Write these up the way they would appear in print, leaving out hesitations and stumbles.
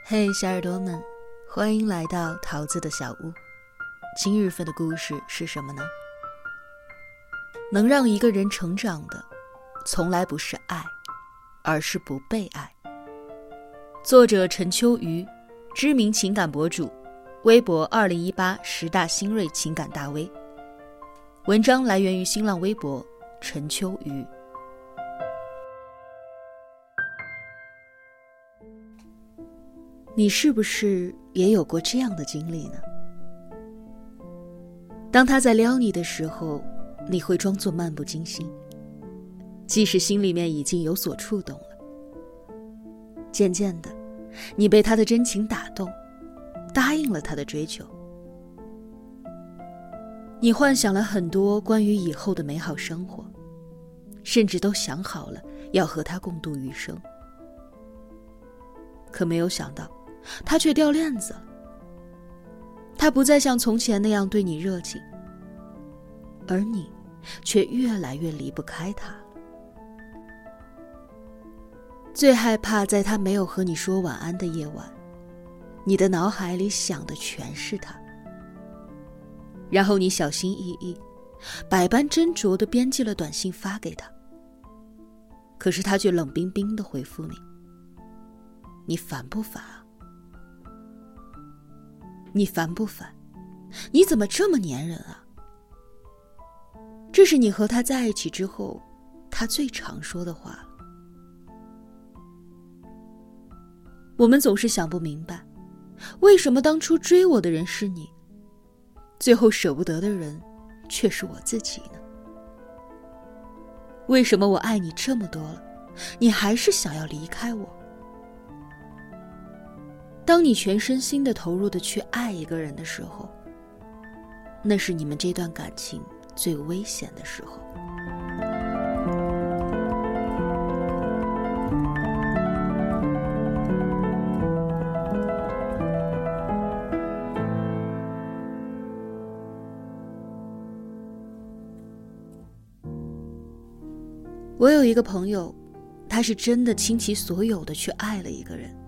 嘿，小耳朵们，欢迎来到桃子的小屋。今日份的故事是什么呢？能让一个人成长的，从来不是爱，而是不被爱。作者陈秋瑜，知名情感博主，微博201810大新锐情感大 V。文章来源于新浪微博陈秋瑜。你是不是也有过这样的经历呢？当他在撩你的时候，你会装作漫不经心，即使心里面已经有所触动了。渐渐的，你被他的真情打动，答应了他的追求。你幻想了很多关于以后的美好生活，甚至都想好了要和他共度余生。可没有想到，他却掉链子了。他不再像从前那样对你热情，而你却越来越离不开他了。最害怕在他没有和你说晚安的夜晚，你的脑海里想的全是他，然后你小心翼翼，百般斟酌地编辑了短信发给他，可是他却冷冰冰地回复你。你烦不烦啊？你烦不烦？你怎么这么粘人啊？这是你和他在一起之后，他最常说的话了。我们总是想不明白，为什么当初追我的人是你，最后舍不得的人却是我自己呢？为什么我爱你这么多了，你还是想要离开我？当你全身心的投入的去爱一个人的时候，那是你们这段感情最危险的时候。我有一个朋友，他是真的倾其所有的去爱了一个人。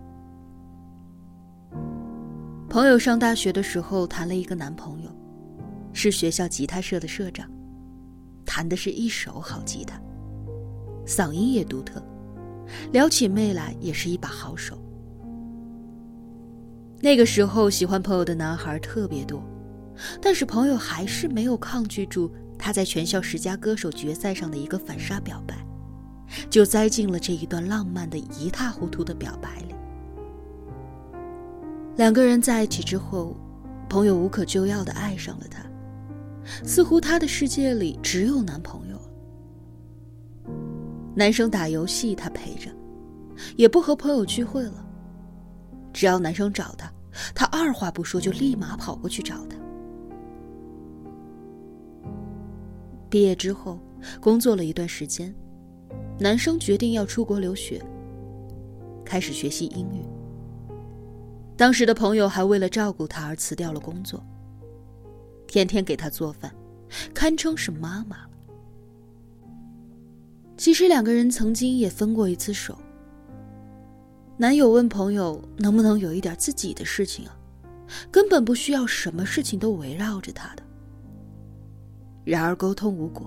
朋友上大学的时候谈了一个男朋友，是学校吉他社的社长，弹的是一手好吉他，嗓音也独特，撩起妹来也是一把好手。那个时候喜欢朋友的男孩特别多，但是朋友还是没有抗拒住他在全校10佳歌手决赛上的一个反杀表白，就栽进了这一段浪漫的一塌糊涂的表白里。两个人在一起之后，朋友无可救药地爱上了他，似乎他的世界里只有男朋友。男生打游戏他陪着，也不和朋友聚会了，只要男生找他，他二话不说就立马跑过去找他。毕业之后工作了一段时间，男生决定要出国留学，开始学习英语。当时的朋友还为了照顾他而辞掉了工作，天天给他做饭，堪称是妈妈了。其实两个人曾经也分过一次手。男友问朋友能不能有一点自己的事情啊，根本不需要什么事情都围绕着他的。然而沟通无果。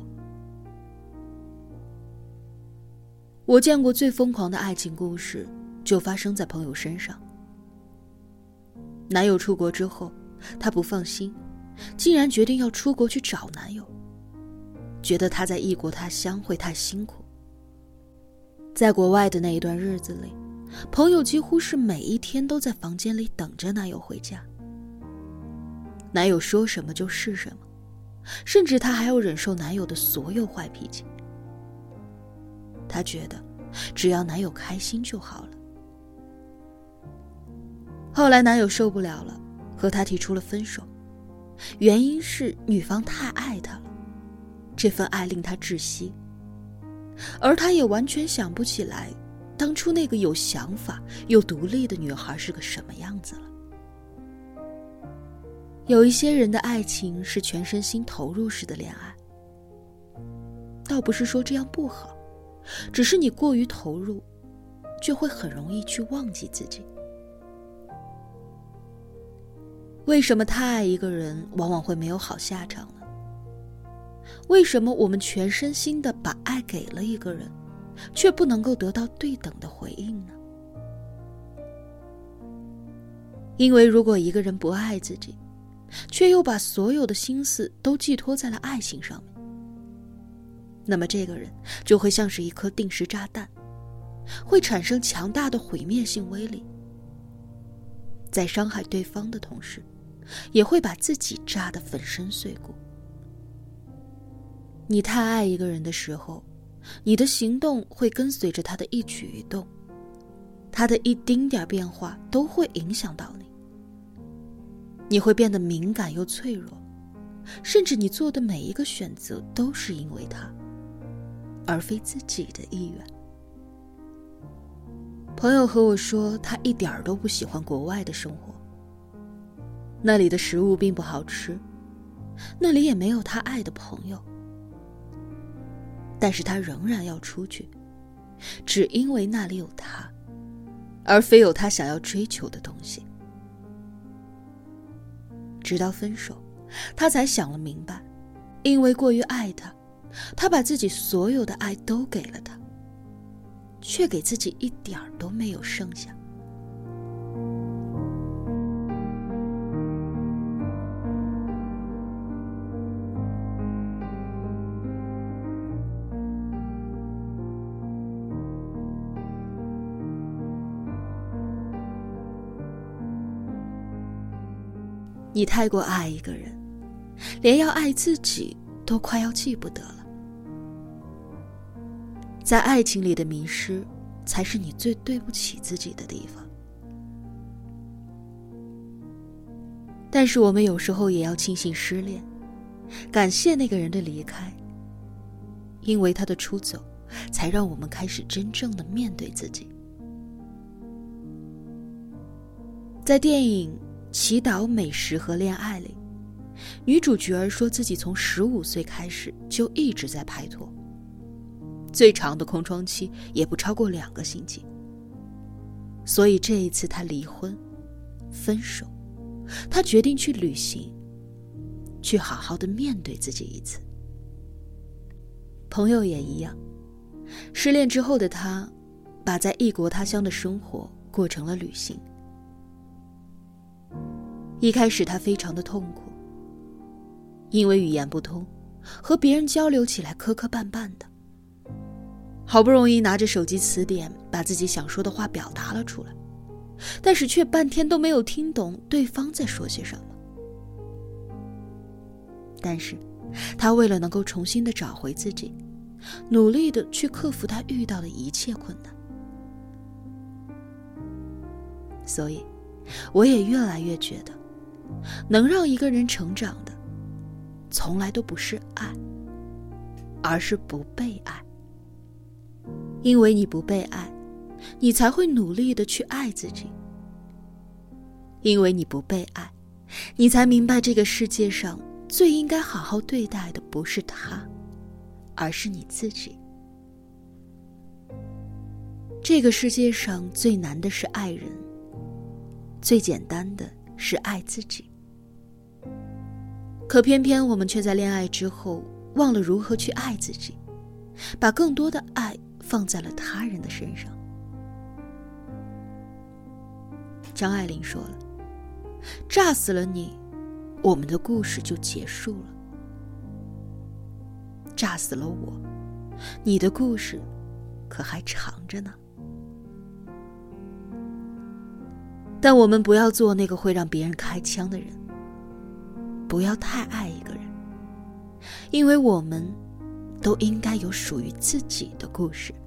我见过最疯狂的爱情故事，就发生在朋友身上。男友出国之后，他不放心，竟然决定要出国去找男友，觉得他在异国他乡会太辛苦。在国外的那一段日子里，朋友几乎是每一天都在房间里等着男友回家。男友说什么就是什么，甚至他还要忍受男友的所有坏脾气。他觉得只要男友开心就好了。后来男友受不了了，和他提出了分手，原因是女方太爱他了，这份爱令他窒息，而他也完全想不起来当初那个有想法又独立的女孩是个什么样子了。有一些人的爱情是全身心投入式的恋爱，倒不是说这样不好，只是你过于投入，就会很容易去忘记自己。 为什么太爱一个人往往会没有好下场呢？为什么我们全身心地把爱给了一个人，却不能够得到对等的回应呢？因为如果一个人不爱自己，却又把所有的心思都寄托在了爱情上面，那么这个人就会像是一颗定时炸弹，会产生强大的毁灭性威力，在伤害对方的同时，也会把自己炸得粉身碎骨。你太爱一个人的时候，你的行动会跟随着他的一举一动，他的一丁点变化都会影响到你。你会变得敏感又脆弱，甚至你做的每一个选择都是因为他，而非自己的意愿。朋友和我说，他一点都不喜欢国外的生活，那里的食物并不好吃，那里也没有他爱的朋友，但是他仍然要出去，只因为那里有他，而非有他想要追求的东西。直到分手，他才想了明白，因为过于爱他，他把自己所有的爱都给了他，却给自己一点儿都没有剩下。你太过爱一个人，连要爱自己都快要记不得了。在爱情里的迷失，才是你最对不起自己的地方。但是我们有时候也要庆幸失恋，感谢那个人的离开，因为他的出走，才让我们开始真正的面对自己。在电影《祈祷、美食和恋爱》里，女主角说自己从15岁开始就一直在拍拖，最长的空窗期也不超过2个星期。所以这一次她离婚分手，她决定去旅行，去好好的面对自己一次。朋友也一样，失恋之后的她把在异国他乡的生活过成了旅行。一开始他非常的痛苦，因为语言不通，和别人交流起来磕磕绊绊的。好不容易拿着手机词典把自己想说的话表达了出来，但是却半天都没有听懂对方在说些什么。但是他为了能够重新的找回自己，努力的去克服他遇到的一切困难。所以我也越来越觉得，能让一个人成长的从来都不是爱，而是不被爱。因为你不被爱，你才会努力的去爱自己。因为你不被爱，你才明白这个世界上最应该好好对待的不是他，而是你自己。这个世界上最难的是爱人，最简单的是爱自己。可偏偏我们却在恋爱之后忘了如何去爱自己，把更多的爱放在了他人的身上。张爱玲说了，炸死了你，我们的故事就结束了。炸死了我，你的故事可还长着呢。但我们不要做那个会让别人开枪的人，不要太爱一个人，因为我们都应该有属于自己的故事。